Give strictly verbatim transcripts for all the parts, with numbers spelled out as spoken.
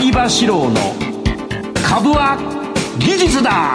相場志郎の株は技術だ。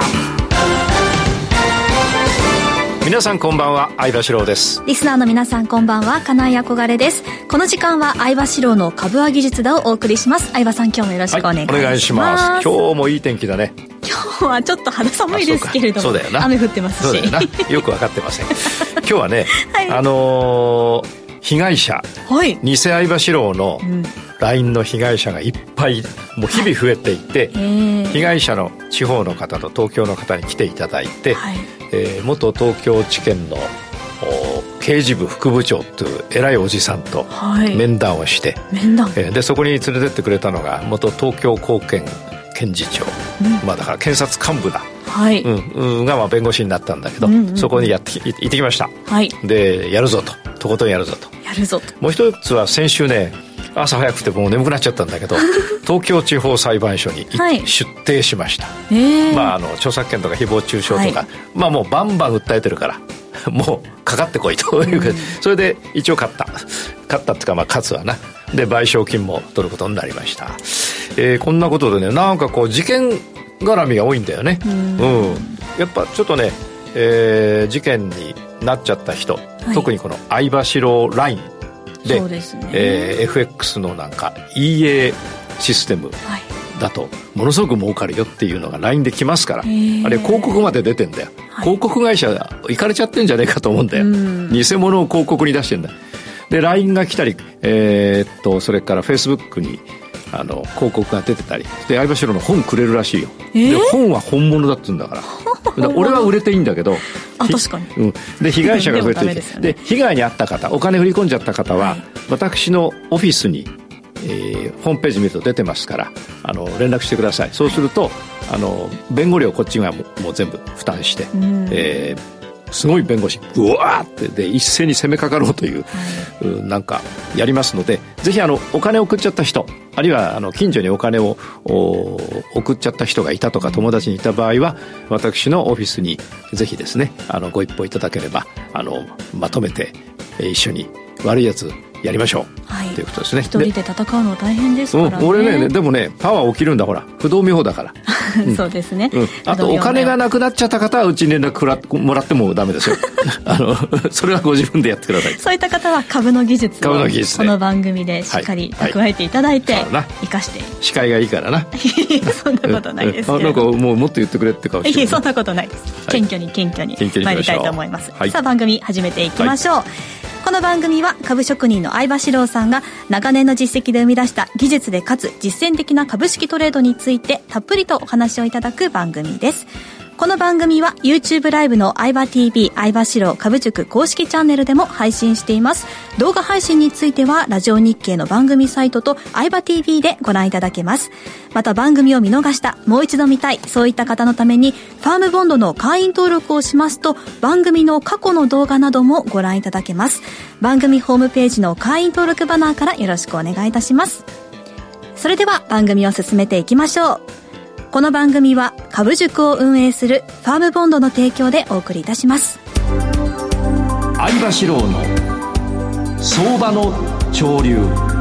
皆さんこんばんは、相場志郎です。 リスナーの皆さんこんばんは、金井憧れです。この時間は相場志郎の株は技術だをお送りします。相場さん、今日もよろしくお願いします。 はい、お願いします。今日もいい天気だね。 今日はちょっと肌寒いですけれども、 そうだよな、 雨降ってますし、 そうだよな、よく分かってません。今日はね、はい、あのー、被害者、はい、偽相場志郎の ライン の被害者がいっぱいもう日々増えていて、はい、被害者の地方の方と東京の方に来ていただいて、はい、えー、元東京地検の刑事部副部長という偉いおじさんと面談をして、はい、面談、えー、でそこに連れてってくれたのが元東京高検検事長、うん、まあ、だから検察幹部だ、はい、うんうん、がまあ弁護士になったんだけど、うんうんうん、そこにやって行ってきました、はい、でやるぞと、とことんやるぞとやるぞと。 もう一つは先週ね、朝早くてもう眠くなっちゃったんだけど東京地方裁判所に、はい、出廷しました、えーまあ、あの著作権とか誹謗中傷とか、はい、まあ、もうバンバン訴えてるからもうかかってこいというか、うん、それで一応勝った勝ったっていうか、まあ、勝つわな。で賠償金も取ることになりました、えー、こんなことでね、なんかこう事件絡みが多いんだよね、うん、うん、やっぱちょっとね、えー、事件になっちゃった人、はい、特にこの相場志郎ラインで、そうですね、えー、エフエックス のなんか イーエー システムだとものすごく儲かるよっていうのが ライン で来ますから、あれ広告まで出てんだよ、はい、広告会社行かれちゃってんじゃねえかと思うんだよ、うん、偽物を広告に出してんだ。で ライン が来たり、えー、っとそれから Facebook にあの広告が出てたりで、相場志郎の本くれるらしいよ、えー、で本は本物だって言うんだからだから俺は売れていいんだけど、 あ、確かに、うん、 で被害者が増えていて、で、ね、で被害に遭った方、お金振り込んじゃった方は、はい、私のオフィスに、えー、ホームページ見ると出てますから、あの連絡してください。そうするとあの弁護料こっちがもう全部負担して、うん、えーすごい弁護士うわーってで一斉に攻めかかろうという、はい、なんかやりますので、ぜひあのお金を送っちゃった人、あるいはあの近所にお金を送っちゃった人がいたとか友達にいた場合は、私のオフィスにぜひですね、あのご一報いただければ、あのまとめて一緒に悪いやつやりましょう、はい、ということですね。 一人で戦うの大変ですからね、 うん、俺ね、でもねパワー起きるんだ、ほら不動明王だからうん、そうですね、うん、 あとお金がなくなっちゃった方はうちに連絡くらもらってもダメですよあのそれはご自分でやってください。 そういった方は株の技術をこの番組でしっかり蓄えていただいて、はいはい、生かして司会がいいからなそんなことないですけど、 なんかもうもっと言ってくれって顔してる。 そんなことないです、はい、謙虚に謙虚に参りたいと思います、はい、さあ番組始めていきましょう、はい。この番組は株職人の相場志郎さんが長年の実績で生み出した技術でかつ実践的な株式トレードについてたっぷりとお話をいただく番組です。この番組は YouTube ライブの相場 ティービー 相場志郎株塾公式チャンネルでも配信しています。動画配信についてはラジオ日経の番組サイトと相場 ティービー でご覧いただけます。また番組を見逃した、もう一度見たい、そういった方のためにファームボンドの会員登録をしますと番組の過去の動画などもご覧いただけます。番組ホームページの会員登録バナーからよろしくお願いいたします。それでは番組を進めていきましょう。この番組は株塾を運営するファームボンドの提供でお送りいたします。 相場志郎の相場の潮流。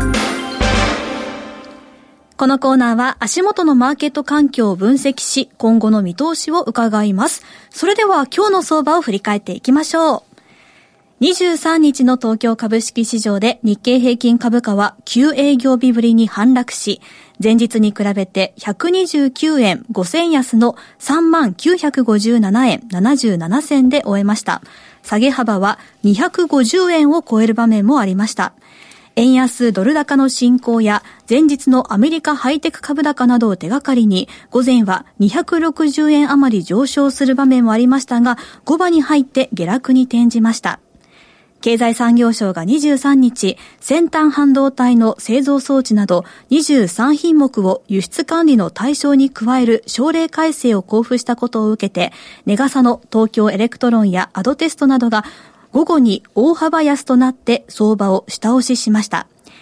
このコーナーは足元のマーケット環境を分析し、今後の見通しを伺います。それでは今日の相場を振り返っていきましょう。にじゅうさんにちの東京株式市場で日経平均株価はきゅう営業日ぶりに反落し、前日に比べてひゃくにじゅうきゅうえんごせん安の さんまんきゅうひゃくごじゅうななえんななじゅうななせんで終えました。下げ幅はにひゃくごじゅうえんを超える場面もありました。円安ドル高の進行や前日のアメリカハイテク株高などを手がかりに、午前はにひゃくろくじゅうえん余り上昇する場面もありましたが、後場に入って下落に転じました。経済産業省がにじゅうさんにち、先端半導体の製造装置などにじゅうさんひんもくを輸出管理の対象に加える省令改正を交付したことを受けて、値傘の東京エレクトロンやアドテストなどが午後に大幅安となって相場を下押ししました。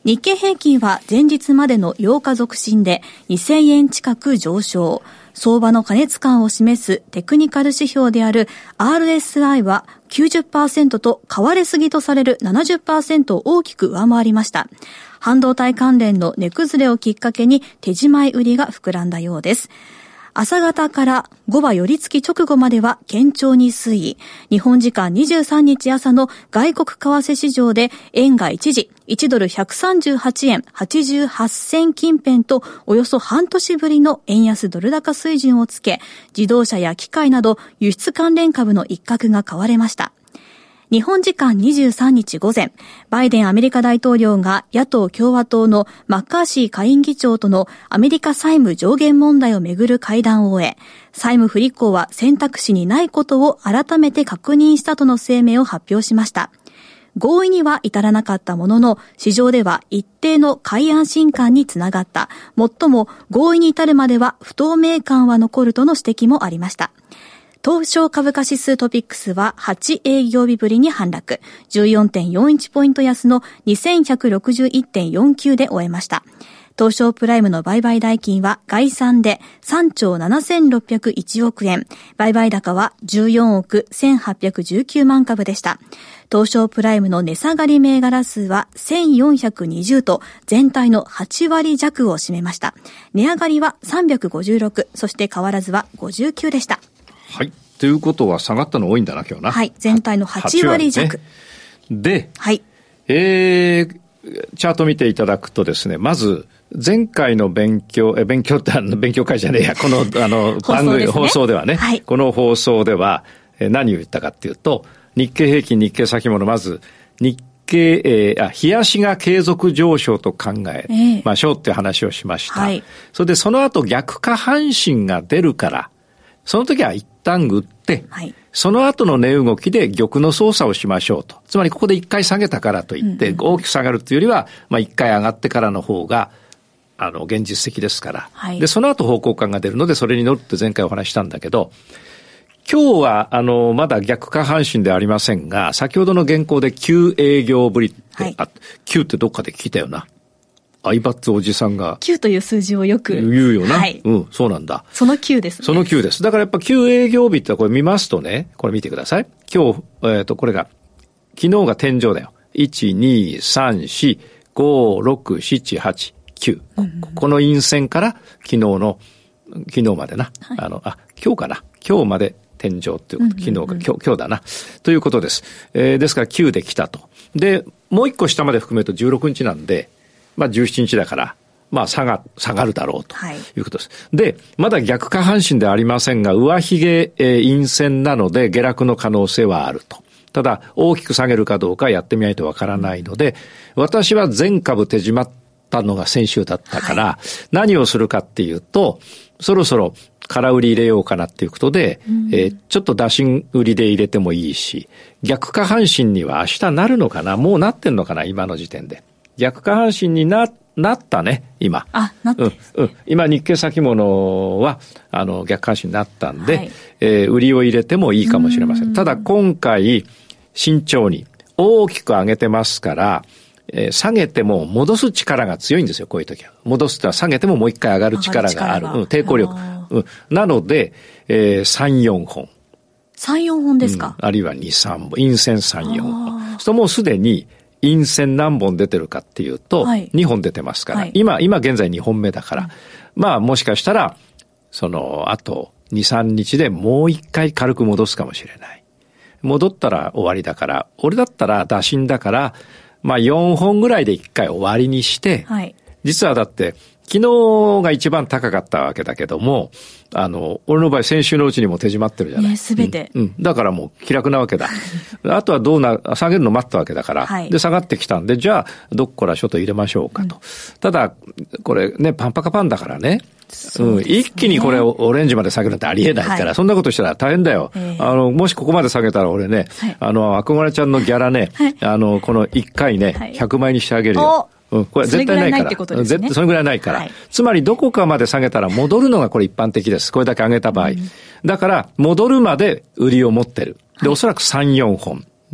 日経平均は前日までのようか続伸でにせんえん近く上昇。相場の過熱感を示すテクニカル指標である アールエスアイ は きゅうじゅっパーセント と買われすぎとされる ななじゅっパーセント を大きく上回りました。半導体関連の値崩れをきっかけに手仕舞い売りが膨らんだようです。朝方から後場寄り付き直後までは堅調に推移。日本時間にじゅうさんにち朝の外国為替市場で円が一時いちドルひゃくさんじゅうはちえんはちじゅうはち銭近辺とおよそ半年ぶりの円安ドル高水準をつけ、自動車や機械など輸出関連株の一角が買われました。日本時間にじゅうさんにち午前、バイデンアメリカ大統領が野党共和党のマッカーシー下院議長とのアメリカ債務上限問題をめぐる会談を終え、債務不履行は選択肢にないことを改めて確認したとの声明を発表しました。合意には至らなかったものの、市場では一定の買い安心感につながった。もっとも合意に至るまでは不透明感は残るとの指摘もありました。東証株価指数トピックスははち営業日ぶりに反落、じゅうよんてんよんいちポイント安の にせんひゃくろくじゅういってんよんきゅう で終えました。東証プライムの売買代金は概算でさんちょうななせんろっぴゃくいちおくえん、売買高はじゅうよんおくせんはっぴゃくじゅうきゅうまんかぶでした。東証プライムの値下がり銘柄数はせんよんひゃくにじゅうと全体のはちわり弱を占めました。値上がりはさんびゃくごじゅうろく、そして変わらずはごじゅうきゅうでした。 はい。ということは下がったの多いんだな、今日な。 はい。全体のはちわり弱。 ね、で、 はい。 えー、チャート見ていただくとですね、まず、前回の勉強、え、勉強ってあの、勉強会じゃねえや、この、あの、番組、放送ではね、はい、この放送では、え何を言ったかっていうと、日経平均、日経先物、まず、日経、えー、あ、冷やしが継続上昇と考え、えー、まあ、しょうっていう話をしました。はい。それで、その後逆下半身が出るから、その時は一旦売って、はい、その後の値動きで玉の操作をしましょうと。つまりここで一回下げたからといって、大きく下がるというよりは、まあ一回上がってからの方が、あの、現実的ですから。はい、で、その後方向感が出るので、それに乗るって前回お話したんだけど、今日は、あの、まだ逆下半身ではありませんが、先ほどの原稿で急営業ぶりって、はい、あ、急ってどっかで聞いたよな。アイバッツおじさんが。 きゅうという数字をよく。 言うよな。はい。うん、そうなんだ。 そのきゅうですね。 そのきゅうです。だからやっぱきゅう営業日ってこれ見ますとね、これ見てください。今日、えっ、ー、と、これが、昨日が天井だよ。いち、に、さん、よん、ご、ろく、なな、はち、きゅう。うん、この陰線から昨日の、昨日までな。はい、あの、あ、今日かな。今日まで天井っていうこと。昨日が、今日、今日だな。ということです。えー、ですからきゅうで来たと。で、もう一個下まで含めるとじゅうろくにちなんで、まあじゅうしちにちだから、まあ下が、下がるだろうということです。はい、で、まだ逆下半身ではありませんが、上髭、えー、陰線なので下落の可能性はあると。ただ、大きく下げるかどうかやってみないとわからないので、私は全株手締まったのが先週だったから、はい、何をするかっていうと、そろそろ空売り入れようかなっていうことで、うんえー、ちょっと打診売りで入れてもいいし、逆下半身には明日なるのかな、もうなってんのかな、今の時点で。逆下半身にな、なったね、今。 あ、なってる、ね、 うん、うん。今、日経先物は、あの、逆下半身になったんで、はい、えー、売りを入れてもいいかもしれません。ただ、今回、慎重に、大きく上げてますから、えー、下げても戻す力が強いんですよ、こういう時は。戻すとは下げてももう一回上がる力がある。うん、抵抗力。うん。なので、えー、さん、よんほん。 さん、よんほんですか、 うん、あるいはに、さんぼん。陰線さん、よんほん。そうするともうすでに、陰線何本出てるかっていうと、はい、にほん出てますから、はい、今、今現在にほんめだから、うん、まあもしかしたら、その、あとに、さんにちでもう一回軽く戻すかもしれない。戻ったら終わりだから、俺だったら打診だから、まあよんほんぐらいで一回終わりにして、はい、実はだって、昨日が一番高かったわけだけども、あの、俺の場合先週のうちにも手締まってるじゃない。 すべて、 うん。うん。だからもう気楽なわけだ。あとはどうな、下げるの待ったわけだから。はい、で、下がってきたんで、じゃあ、どっからちょっと入れましょうかと。うん、ただ、これね、パンパカパンだからね。うねうん。一気にこれオレンジまで下げるなんてありえないから、はい、そんなことしたら大変だよ。えー、あの、もしここまで下げたら俺ね、はい、あの、憧れちゃんのギャラね、はい、あの、このいっかいね、はい、ひゃくまいにしてあげるよ。うん、これ絶対ないから。絶対それぐらいないから。はい、つまりどこかまで下げたら戻るのがこれ一般的です。これだけ上げた場合。うん、だから戻るまで売りを持ってる。で、おそらくさん、よんほん。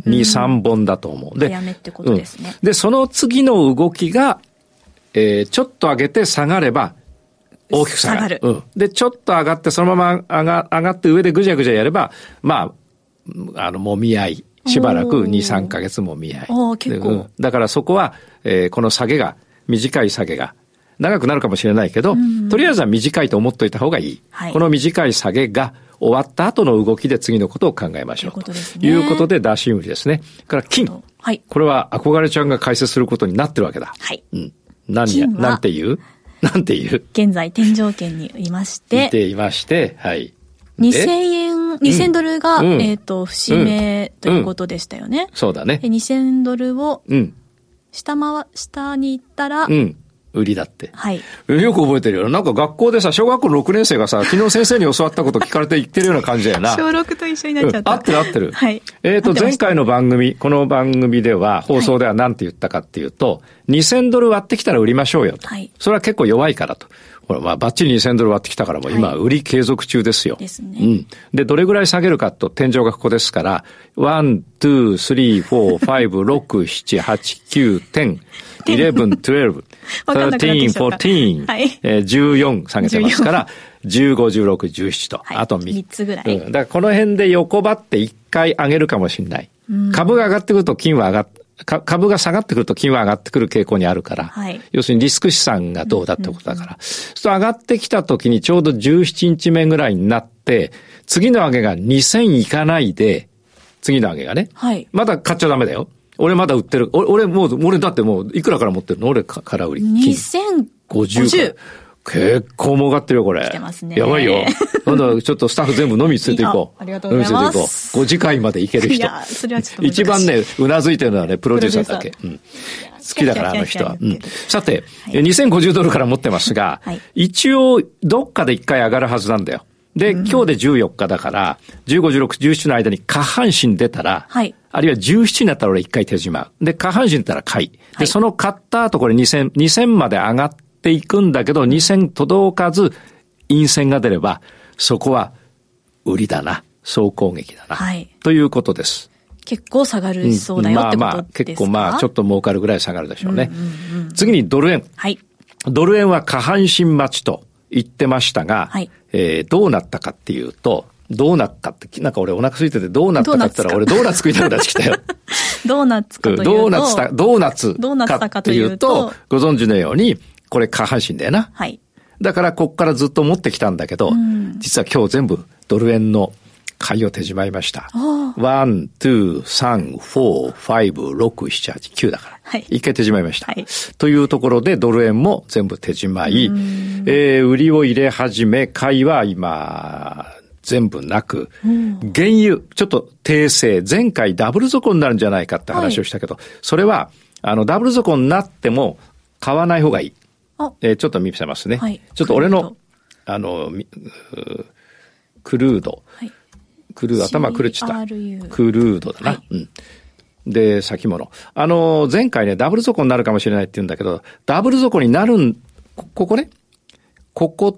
に、さんぼんだと思う。で、 早めってことですね。 うん、で、その次の動きが、えー、ちょっと上げて下がれば、大きく下がる。下がる。うん。で、ちょっと上がって、そのまま上が、上がって上でぐじゃぐじゃやれば、まあ、あの、もみ合い。しばらくに、さんかげつもみ合い。 ああ、結構、うん。 だからそこは、えー、この下げが、短い下げが、長くなるかもしれないけど、とりあえずは短いと思っといた方がいい。はい、この短い下げが終わった後の動きで次のことを考えましょう。ということですね。いうことで、打診売りですね。から金。はい。これは憧れちゃんが解説することになってるわけだ。はい。うん。何や、なんて言うなんて言う現在、天井圏にいまして。 いていまして、はい。 にせんえん、にせんドルが、うん、えっ、ー、と、節目ということでしたよね。 うん、そうだね。 にせんドルを、下回、下に行ったら、 うん。売りだって。 はい。 よく覚えてるよ。なんか学校でさ、小学校のろくねん生がさ、昨日先生に教わったこと聞かれて言ってるような感じだよな。 小ろくと一緒になっちゃった。 うん、合ってる合ってる。 はい。 えっと、前回の番組、この番組では、放送では何て言ったかっていうと、はい、にせんドル割ってきたら売りましょうよと。はい。それは結構弱いからと。ほら、まあ、バッチリにせんドル割ってきたからもう今、売り継続中ですよ。 ですね。 うん。で、どれぐらい下げるかと、天井がここですから、ワン、ツー、スリー、フォー、ファイブ、ろく、なな、はち、きゅう、じゅう、じゅういち、じゅうに、じゅうさん、じゅうよん、 はい、 えー、じゅうよん下げてますから、じゅうご、じゅうろく、じゅうななと、はい、あと みっ, みっつぐらい。 うん。だからこの辺で横ばっていっかい上げるかもしれない。株が上がってくると金は上がっ株が下がってくると金は上がってくる傾向にあるから、はい、要するにリスク資産がどうだってことだから、うんうんうん、そう上がってきた時にちょうどじゅうしちにちめぐらいになって、次の上げがにせんいかないで、次の上げがね、はい、まだ買っちゃダメだよ。俺まだ売ってる。俺もう、俺だってもういくらから持ってるの？俺から売り。 にせんごじゅう。 結構儲かってるよ、これ。 来てますね。 やばいよ。なんだ、ちょっとスタッフ全部飲みついていこう。 ありがとうございます。飲みついていこう。ごじかいまでいける人。いや、それはちょっと難しい。 一番ね、うなずいてるのはね、プロデューサーだけ。うん。好きだから、あの人は。うん。さて、はい、にせんごじゅうドルから持ってますが、はい、一応、どっかで一回上がるはずなんだよ。で、うん、今日でじゅうよっかだから、じゅうご、じゅうろく、じゅうななの間に下半身出たら、はい、あるいはじゅうななになったら俺一回手締まう。で、下半身出たら買い。で、はい、その買った後これにせん、にせんまで上がっていくんだけど、にせん届かず、陰線が出れば、そこは売りだな。総攻撃だな。はい。ということです。 結構下がるそうだよってことですか、うん、まあまあ、 結構まあ、ちょっと儲かるぐらい下がるでしょうね。うんうんうん、次にドル円。はい。ドル円は下半身待ちと言ってましたが、はい。えー、どうなったかっていうと、どうなったって、なんか俺お腹空いててどうなったかって言ったら俺ドーナツ食いたくなってきたよ。 ドーナツかというと。 ドーナツた、ドーナツかっていうと、ご存知のように、これ下半身だよな。はい。だからこっからずっと持ってきたんだけど、うん、実は今日全部ドル円の買いを手締まいました。ワン、ツー、サン、フォー、ファイブ、ろく、なな、はち、きゅうだから。はい。一回手締まいました。はい。というところでドル円も全部手締まい、えー、売りを入れ始め、買いは今、全部なく、原油、ちょっと訂正、前回ダブル底になるんじゃないかって話をしたけど、はい、それは、あの、ダブル底になっても買わない方がいい。えー、ちょっと見せますね。はい、ちょっと俺の、あの、クルード。はい、クルード、頭狂っちゃった。クルードだな。はい、うん。で、先物。あの、前回ね、ダブル底になるかもしれないって言うんだけど、ダブル底になるん、こ、ここね。ここと、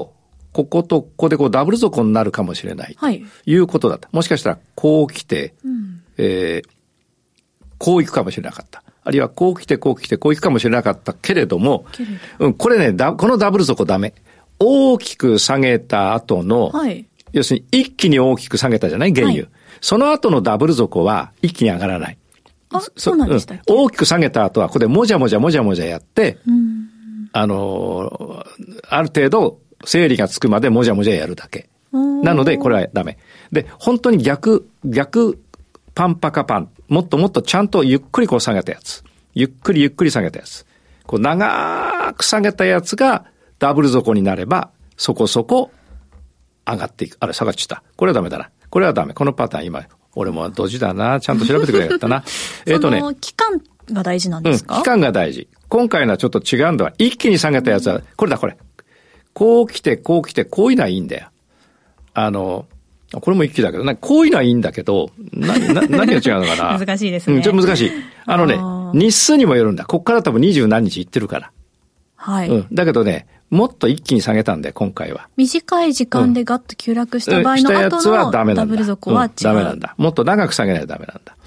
こことここでこうダブル底になるかもしれない。はい。ということだった。もしかしたら、こう来て、うん、えー、こう行くかもしれなかった。あるいはこう来てこう来てこう行くかもしれなかったけれども、うん、これね、だ、このダブル底ダメ。大きく下げた後の、はい、要するに一気に大きく下げたじゃない原油、はい。その後のダブル底は一気に上がらない。 あ、そ、そうなんでしたっけ、 うん、大きく下げた後はここでもじゃもじゃもじゃもじゃやって、うん、あの、ある程度整理がつくまでもじゃもじゃやるだけ。なのでこれはダメ。で、本当に逆、逆、パンパカパン。もっともっとちゃんとゆっくりこう下げたやつ。ゆっくりゆっくり下げたやつ。こう長く下げたやつがダブル底になればそこそこ上がっていく。あれ下がっちゃった。これはダメだな。これはダメ。このパターン今、俺もドジだな。ちゃんと調べてくれやったな。 えっとね。その期間が大事なんですか？ うん、期間が大事。今回のはちょっと違うんだわ。一気に下げたやつは、これだこれ。こう来てこう来てこういうのはいいんだよ。あの、これも一気だけど、こういうのはいいんだけど、な、な、何が違うのかな。 難しいですね。 うん、ちょっと難しい。あのね、日数にもよるんだ。こっから多分二十何日行ってるから。はい。うん。だけどね、もっと一気に下げたんだよ、今回は。 短い時間でガッと急落した場合の後のダブル底は違う。 うん、ダメなんだ。もっと長く下げないとダメなんだ。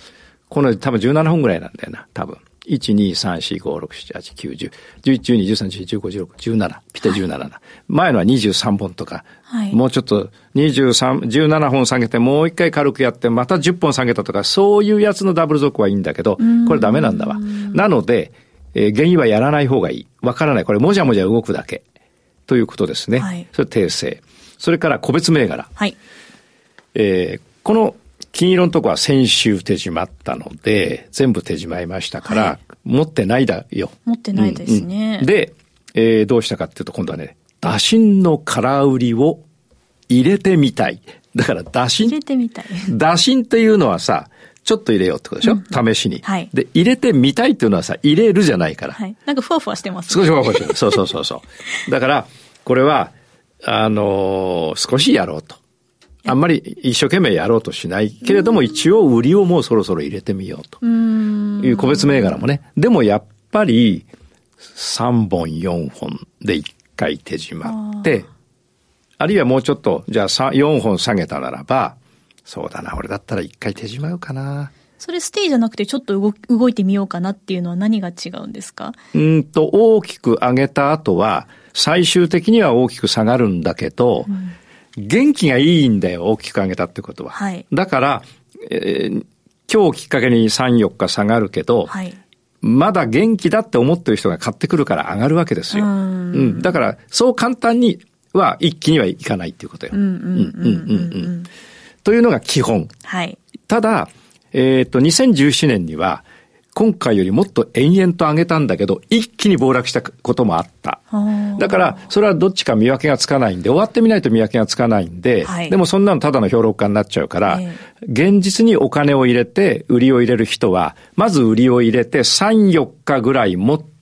この多分じゅうななほんぐらいなんだよな、多分。いち、に、さん、よん、ご、ろく、なな、はち、きゅう、じゅう、じゅういち、じゅうに、じゅうさん、じゅうよん、じゅうご、じゅうろく、じゅうなな。ぴったりじゅうなな。はい、前のはにじゅうさんぼんとか、はい、もうちょっとにじゅうさん、じゅうななほん下げてもう一回軽くやってまたじゅっぽん下げたとか、そういうやつのダブル底はいいんだけど、これダメなんだわ。なので、えー、原因はやらない方がいい。わからない。これもじゃもじゃ動くだけ。ということですね。はい、それ訂正。それから個別銘柄。はい。えー、この金色のとこは先週手締まったので、全部手締まいましたから、はい、持ってないだよ。 持ってないですね。 うんうん、で、えー、どうしたかっていうと、今度はね、打診の空売りを入れてみたい。だから打診。 入れてみたい。 打診っていうのはさ、ちょっと入れようってことでしょ、うん、試しに。はい。で、入れてみたいっていうのはさ、入れるじゃないから。 はい。なんかふわふわしてます、 ね。少しふわふわしてる。そうそうそうそう。だから、これは、あのー、少しやろうと。あんまり一生懸命やろうとしないけれども、一応売りをもうそろそろ入れてみようという個別銘柄もね。でもやっぱりさんぼんよんほんでいっかい手締まって、あるいはもうちょっとじゃあよんほん下げたならば、そうだな、俺だったらいっかい手締まうかな。 それステイじゃなくてちょっと動、動いてみようかなっていうのは何が違うんですか？ うんと大きく上げた後は最終的には大きく下がるんだけど、うん元気がいいんだよ、大きく上げたってことは。はい、だから、えー、今日きっかけにさん、よっか下がるけど、はい、まだ元気だって思ってる人が買ってくるから上がるわけですよ。うん、うん、だから、そう簡単には一気にはいかないっていうことよ。というのが基本。はい、ただ、えっと、にせんじゅうななねんには、今回よりもっと延々と上げたんだけど、一気に暴落したこともあった。だから、それはどっちか見分けがつかないんで、終わってみないと見分けがつかないんで、はい、でもそんなのただの評論家になっちゃうから、えー、現実にお金を入れて、売りを入れる人は、まず売りを入れてさん、よっかぐらい持って、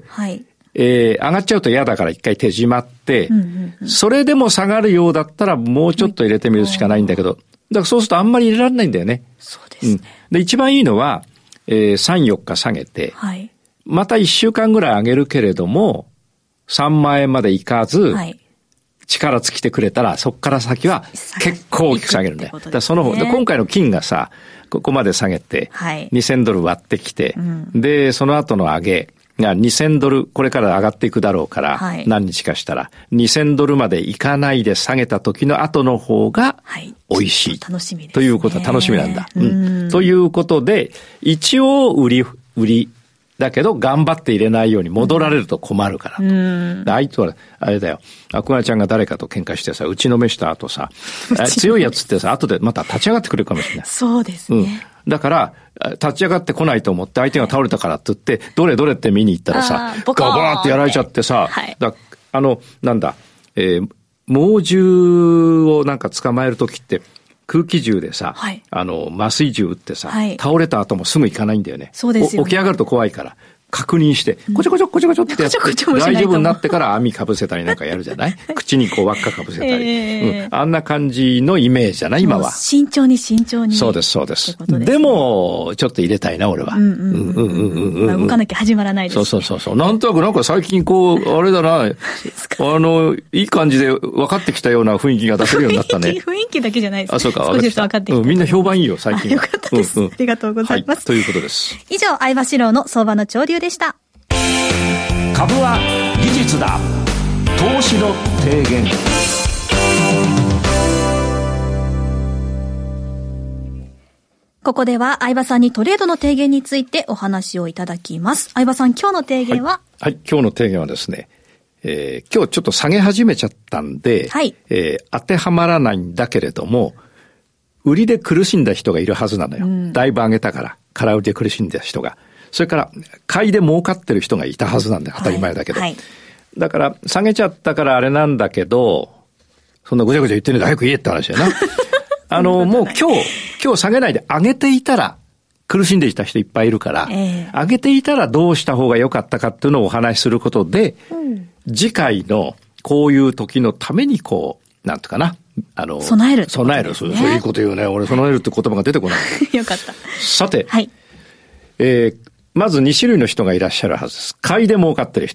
はいえー、上がっちゃうと嫌だから一回手締まって、うんうんうん、それでも下がるようだったらもうちょっと入れてみるしかないんだけど、だからそうするとあんまり入れられないんだよね。 そうですね。うん、 で、一番いいのは、えー、さん、よっか下げて、はい、またいっしゅうかんぐらい上げるけれども、さんまんえんまでいかず、はい、力尽きてくれたら、そこから先は結構大きく下げるんだよ。だからその方、で今回の金がさ、ここまで下げて、はい、にせんドル割ってきて、うん、で、その後の上げがにせんドル、これから上がっていくだろうから、はい、何日かしたら、にせんドルまでいかないで下げた時の後の方が、美味しい。 楽しみですね。 ということは楽しみなんだ。うん。ということで、一応売り、売り、だけど頑張って入れないように戻られると困るからと。うん、あいつは、あれだよ。アクアちゃんが誰かと喧嘩してさ、打ちのめした後さ、強いやつってさ、後でまた立ち上がってくるかもしれない。 そうですね。 うん。だから、立ち上がってこないと思って相手が倒れたからって言って、はい、どれどれって見に行ったらさ、ガバーってやられちゃってさ、はい、だあの、なんだ、えー、猛獣をなんか捕まえるときって、空気銃でさ、はい、あの、麻酔銃撃ってさ、はい、倒れた後もすぐ行かないんだよね。 そうですよね。 起き上がると怖いから。確認して、こちょこちょこちょこちょってやって、大丈夫になってから網かぶせたりなんかやるじゃない口にこう輪っかかぶせたり、えーうん。あんな感じのイメージじゃない今は。 慎重に慎重に。 そうです、そうです。で, でも、ちょっと入れたいな、俺は。 動かなきゃ始まらないです、ね。 そうそうそう。なんとなくなんか最近こう、あれだな、あの、いい感じで分かってきたような雰囲気が出せるようになったね。 雰囲気だけじゃないです。 あ、そうか。 少しずつ分かってきた、 うん。みんな評判いいよ、最近は。 よかったです、うんうん。ありがとうございます。はい、 ということです。 以上、相場志郎の相場の潮流でした。 株は技術だ。投資の提言。 ここでは相場さんにトレードの提言についてお話をいただきます。相場さん、今日の提言は、 はい、はい、今日の提言はですね、えー、今日ちょっと下げ始めちゃったんで、はいえー、当てはまらないんだけれども、売りで苦しんだ人がいるはずなのよ。うん、だいぶ上げたから、空売りで苦しんだ人が。それから、買いで儲かってる人がいたはずなんだよ。当たり前だけど。はいはい、だから、下げちゃったからあれなんだけど、そんなごちゃごちゃ言ってるんで早く言えって話だよな。あの、もう今日、今日下げないで上げていたら、苦しんでいた人いっぱいいるから、えー、上げていたらどうした方が良かったかっていうのをお話しすることで、うん、次回のこういう時のためにこう、なんていうかな。あの、 備える、ね。 備える。そういうこと言うね。俺、備えるって言葉が出てこない。 よかった。 さて、はい、えー、まずに種類の人がいらっしゃるはずです。買いで儲かってる人。うん、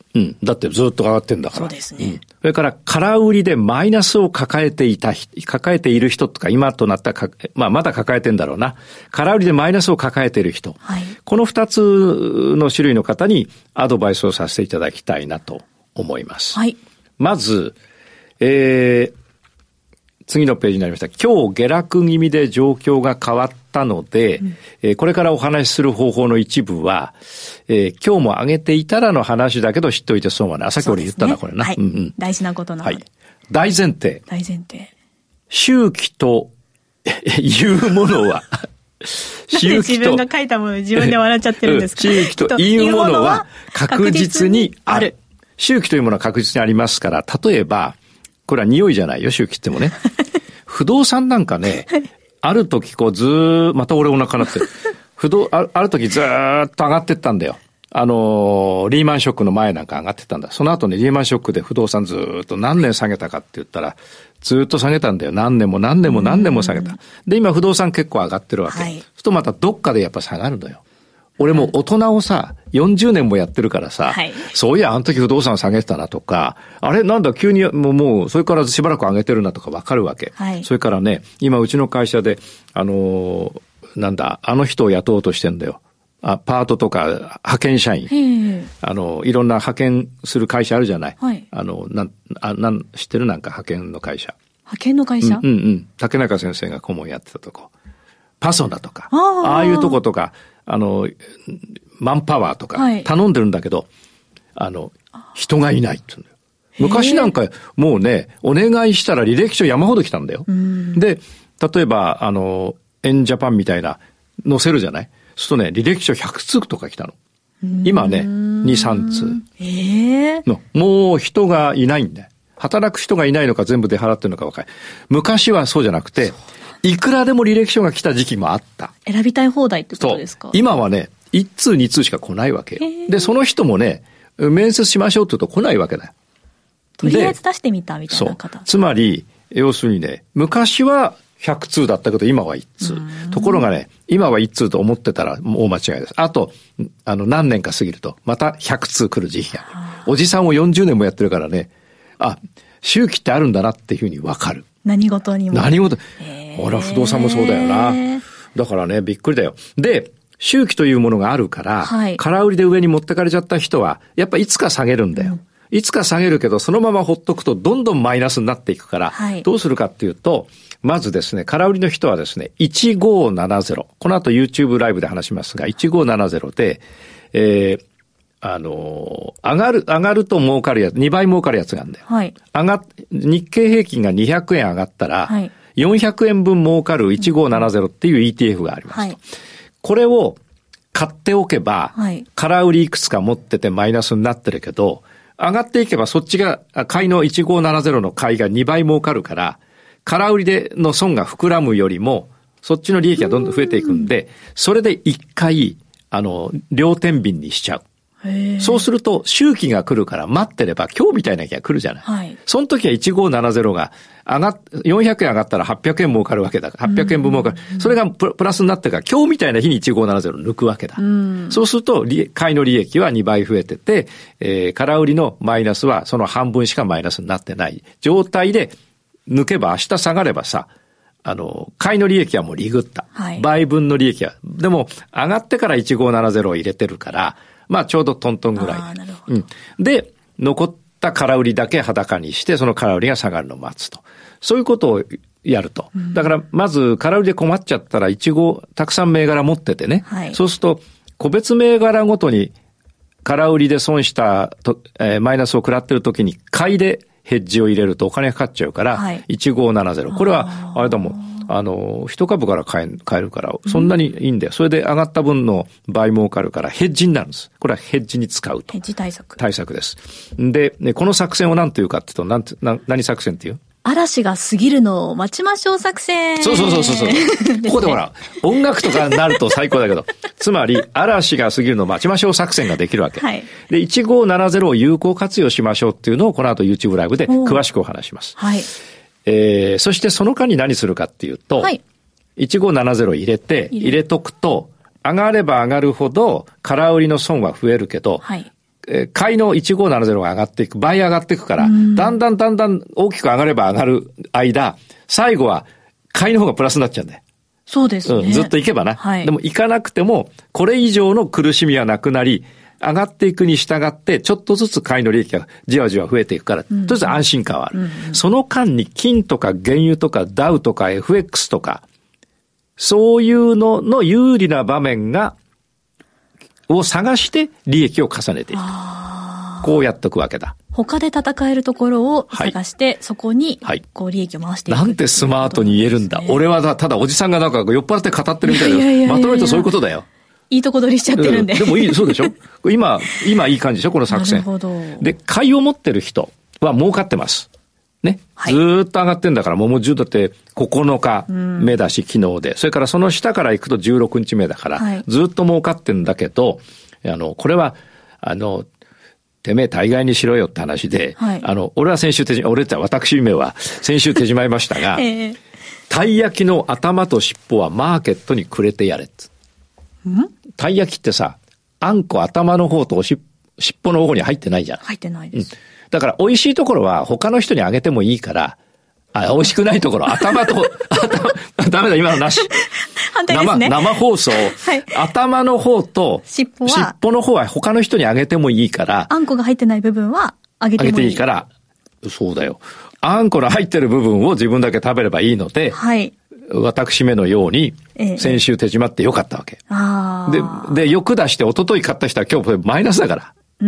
うん。だってずっと上がってんだから。 そうですね。うん、 それから、空売りでマイナスを抱えていた、抱えている人とか、今となったか、まあ、まだ抱えてんだろうな。空売りでマイナスを抱えている人。はい、この二つの種類の方にアドバイスをさせていただきたいなと思います。はい。まず、えー、次のページになりました。今日下落気味で状況が変わったので、うんえー、これからお話しする方法の一部は、えー、今日も上げていたらの話だけど知っておいて損はない。さっき俺言ったな、ね、これな、 はいうんうん。大事なことなので。はい。 大前提。 大前提。 周期というものは、 周期と。自分が書いたもので自分で笑っちゃってるんですか。 周期というものは確実にある。周期というものは確実にありますから、例えば、これは匂いじゃないよ、周期ってもね。不動産なんかね、ある時こうずー、また俺お腹鳴ってる。不動、あ, ある時ずーっと上がってったんだよ。あのー、リーマンショックの前なんか上がってったんだ。その後ね、リーマンショックで不動産ずーっと何年下げたかって言ったら、ずーっと下げたんだよ。何年も何年も何年も下げた。で、今不動産結構上がってるわけ。はい、そうするとまたどっかでやっぱ下がるのよ。俺も大人をさ、よんじゅうねんもやってるからさ、はい、そういや、あの時不動産下げてたなとか、あれなんだ急にもう、もう、それからしばらく上げてるなとかわかるわけ。はい、それからね、今うちの会社で、あのー、なんだ、あの人を雇おうとしてんだよ。あ、パートとか派遣社員。あの、いろんな派遣する会社あるじゃない。はい、あの、なん、あ、なん、知ってるなんか派遣の会社。 派遣の会社うんうんうん。竹中先生が顧問やってたとこ。パソナとか。あ, ああいうとことか、あの、マンパワーとか頼んでるんだけど、はい、あの、人がいないって言うんだよ。昔なんかもうね、お願いしたら履歴書山ほど来たんだよ。で、例えば、あの、エンジャパンみたいな、載せるじゃない？そうするとね、履歴書ひゃくつうとか来たの。今ね、に、さんつう。えー、のもう人がいないんだよ。働く人がいないのか全部出払ってるのか分かる。昔はそうじゃなくて、いくらでも履歴書が来た時期もあった。 選びたい放題ってことですか？ 今はね、いち通に通しか来ないわけよ。で、その人もね、面接しましょうって言うと来ないわけだよ。 とりあえず出してみたみたいな方。 そう。つまり、要するにね、昔はひゃく通だったけど今はいち通。ところがね、今はいち通と思ってたら大間違いです。あと、あの何年か過ぎると、またひゃく通来る時期がある。おじさんをよんじゅうねんもやってるからね、あ、周期ってあるんだなっていうふうにわかる。 何事にも。 何事。ほら、不動産もそうだよな。だからね、びっくりだよ。で、周期というものがあるから、はい、空売りで上に持ってかれちゃった人は、やっぱいつか下げるんだよ。うん、いつか下げるけど、そのままほっとくとどんどんマイナスになっていくから、はい、どうするかっていうと、まずですね、空売りの人はですね、いちごーななゼロ。この後 YouTube ライブで話しますが、いちごーななゼロで、えー、あのー、上がる、上がると儲かるやつ、にばい儲かるやつがあるんだよ。はい。上がっ、日経平均がにひゃくえん上がったら、はい、よんひゃくえんぶん儲かるいちごーななゼロっていう イーティーエフ がありますと。はい、これを買っておけば、はい、空売りいくつか持っててマイナスになってるけど、上がっていけばそっちが、買いのいちごーななゼロの買いがにばい儲かるから、空売りでの損が膨らむよりも、そっちの利益がどんどん増えていくんで、それで一回、あの、両天秤にしちゃう。そうすると、周期が来るから待ってれば今日みたいな日が来るじゃない。はい、その時はいちごーななゼロが上がっ、よんひゃくえん上がったらはっぴゃくえん儲かるわけだから、はっぴゃくえんぶん儲かる。それがプラスになってから今日みたいな日にいちごーななゼロ抜くわけだ。うそうすると、買いの利益はにばい増えてて、えー、空売りのマイナスはその半分しかマイナスになってない状態で抜けば明日下がればさ、あの、買いの利益はもうリグった。はい、倍分の利益は。でも、上がってからいちごーななゼロを入れてるから、まあちょうどトントンぐらい。あ、なるほど。うん。で、残った空売りだけ裸にして、その空売りが下がるのを待つと。そういうことをやると。うん、だから、まず空売りで困っちゃったら、いちご、たくさん銘柄持っててね。はい、そうすると、個別銘柄ごとに空売りで損したと、えー、マイナスを食らってる時に、買いでヘッジを入れるとお金かかっちゃうから、はい、いちごーななゼロ。これは、あれだもん。あの、一株から買え、買えるから、そんなにいいんだよ。それで上がった分の倍儲かるから、ヘッジになるんです。これはヘッジに使うと。 ヘッジ対策。 対策です。で、ね、この作戦を何というかっていうと、なんて、な、何作戦っていう？ 嵐が過ぎるのを待ちましょう作戦。 そうそうそうそう。ね、ここでほら、音楽とかになると最高だけど、つまり、嵐が過ぎるのを待ちましょう作戦ができるわけ。はい。で、いちごーななゼロを有効活用しましょうっていうのを、この後 YouTube ライブで詳しくお話します。はい。えー、そしてその間に何するかっていうと、はい。いちごーななゼロ入れて、入れとくと、上がれば上がるほど、空売りの損は増えるけど、はい、 買いのいちごーななぜろが上がっていく、倍上がっていくから、だんだんだんだん大きく上がれば上がる間、最後は買いの方がプラスになっちゃうんだよ。 そうですね。 うん、ずっと行けばな。はい、でも行かなくても、これ以上の苦しみはなくなり、上がっていくに従って、ちょっとずつ買いの利益がじわじわ増えていくから、うん、とりあえず安心感はある、うんうん。その間に金とか原油とかダウとか エフエックス とか、そういうのの有利な場面が、を探して利益を重ねていく。こうやっておくわけだ。 他で戦えるところを探して、はい、そこに、こう利益を回していく、 はい。なんてスマートに言えるんだ。俺はだ、ただおじさんがなんか酔っ払って語ってるみたいな。まとめるとそういうことだよ。 いいとこ取りしちゃってるんで。 でもいい、そうでしょ今、今いい感じでしょこの作戦。なるほど。で、買いを持ってる人は儲かってます。ね。はい、ずーっと上がってんだから、もうじゅうだってここのかめだし、昨日で。それからその下から行くとじゅうろくにちめだから、はい、ずーっと儲かってんだけど、あの、これは、あの、てめえ大概にしろよって話で、はい、あの、俺は先週手締ま、俺って私めは先週手締まいましたが、えー、たい焼きの頭と尻尾はマーケットにくれてやれって。んたい焼きってさ、あんこ頭の方とおし尻尾の方に入ってないじゃん。 入ってないです。 うん、だから美味しいところは他の人にあげてもいいから、あ、美味しくないところ、頭と、頭、ダメだ、今のなし。 反対ですね。 生、生放送、はい。頭の方と、 尻尾は、 尻尾の方は他の人にあげてもいいから、 あんこが入ってない部分はあげてもいい。 あげていいから、そうだよ。あんこの入ってる部分を自分だけ食べればいいので、はい。私めのように、先週手締まってよかったわけ。ああ。で、で、欲出して一昨日買った人は今日マイナスだから。うん、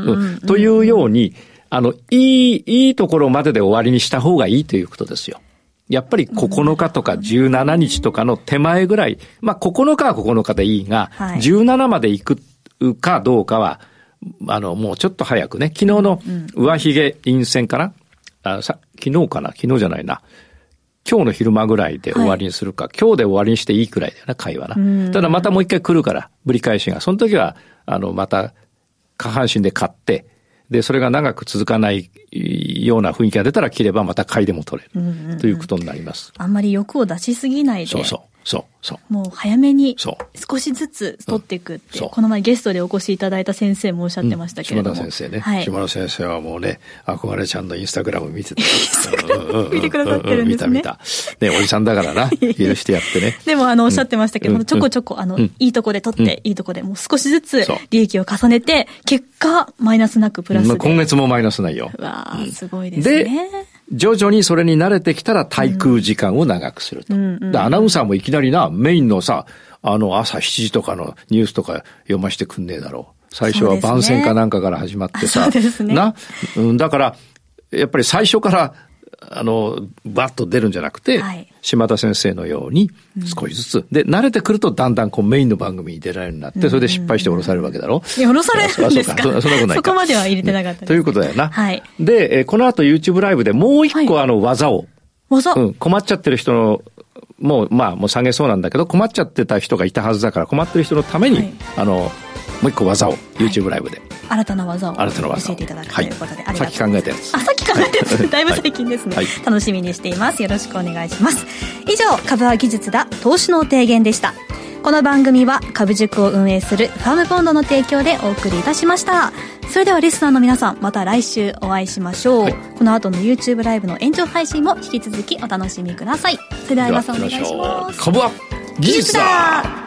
うん。というように、あの、いい、いいところまでで終わりにした方がいいということですよ。やっぱりここのかとかじゅうしちにちとかの手前ぐらい、まあここのかはここのかでいいが、はい、じゅうしちまで行くかどうかは、あの、もうちょっと早くね、昨日の上髭陰線かな、あさ昨日かな昨日じゃないな。今日の昼間ぐらいで終わりにするか、はい、今日で終わりにしていいくらいだよな、会話な。ただまたもう一回来るから、ぶり返しが。その時は、あの、また下半身で買って、で、それが長く続かないような雰囲気が出たら切ればまた買いでも取れる、うんうんうん、ということになります。 あんまり欲を出しすぎないで。 そうそう。そう、そう。 もう早めに少しずつ取っていくって、うん、この前ゲストでお越しいただいた先生もおっしゃってましたけれども。 うん、島田先生ね。はい。島田先生はもうね、憧れちゃんのインスタグラム見てた。 見てくださってるんですね。 見た見た。ね、おじさんだからな。許してやってね。 でもあの、おっしゃってましたけど、うん、ちょこちょこ、あの、うん、いいとこで取って、うん、いいとこでもう少しずつ利益を重ねて、結果、マイナスなくプラスで。 今月もマイナスないよ。 うわー、すごいですね。で、 徐々にそれに慣れてきたら滞空時間を長くすると。うんうんうん、アナウンサーもいきなりな、メインのさ、あの朝しちじとかのニュースとか読ませてくんねえだろう。最初は番宣かなんかから始まってさ。 そうですね。 な、うん、だから、やっぱり最初から、あの、バッと出るんじゃなくて、はい、島田先生のように少しずつ、うん、で、慣れてくるとだんだんこうメインの番組に出られるようになって、それで失敗して降ろされるわけだろ。 いや、降ろされるんですか？そ, そ, そんなことないか。そこまでは入れてなかったです、ね。 ということだよな。 はい。 で、えこの後 YouTube ライブでもう一個あの技を、はい、 技、 うん、困っちゃってる人の、もう、まあ、もう下げそうなんだけど、困っちゃってた人がいたはずだから、困ってる人のために、はい、あの、もう一個技を YouTube ライブで、はい、 新たな技を教えていただくということで、はい、ありがとうございます。さっき考えたやつ。あ、さっき考えたやつ。だいぶ最近ですね、はい。楽しみにしています。よろしくお願いします。以上、株は技術だ、投資の提言でした。この番組は株塾を運営するファームボンドの提供でお送りいたしました。それではリスナーの皆さん、また来週お会いしましょう。はい、この後の YouTube ライブの延長配信も引き続きお楽しみください。それでは相葉さんお願いします。 株は技術だ。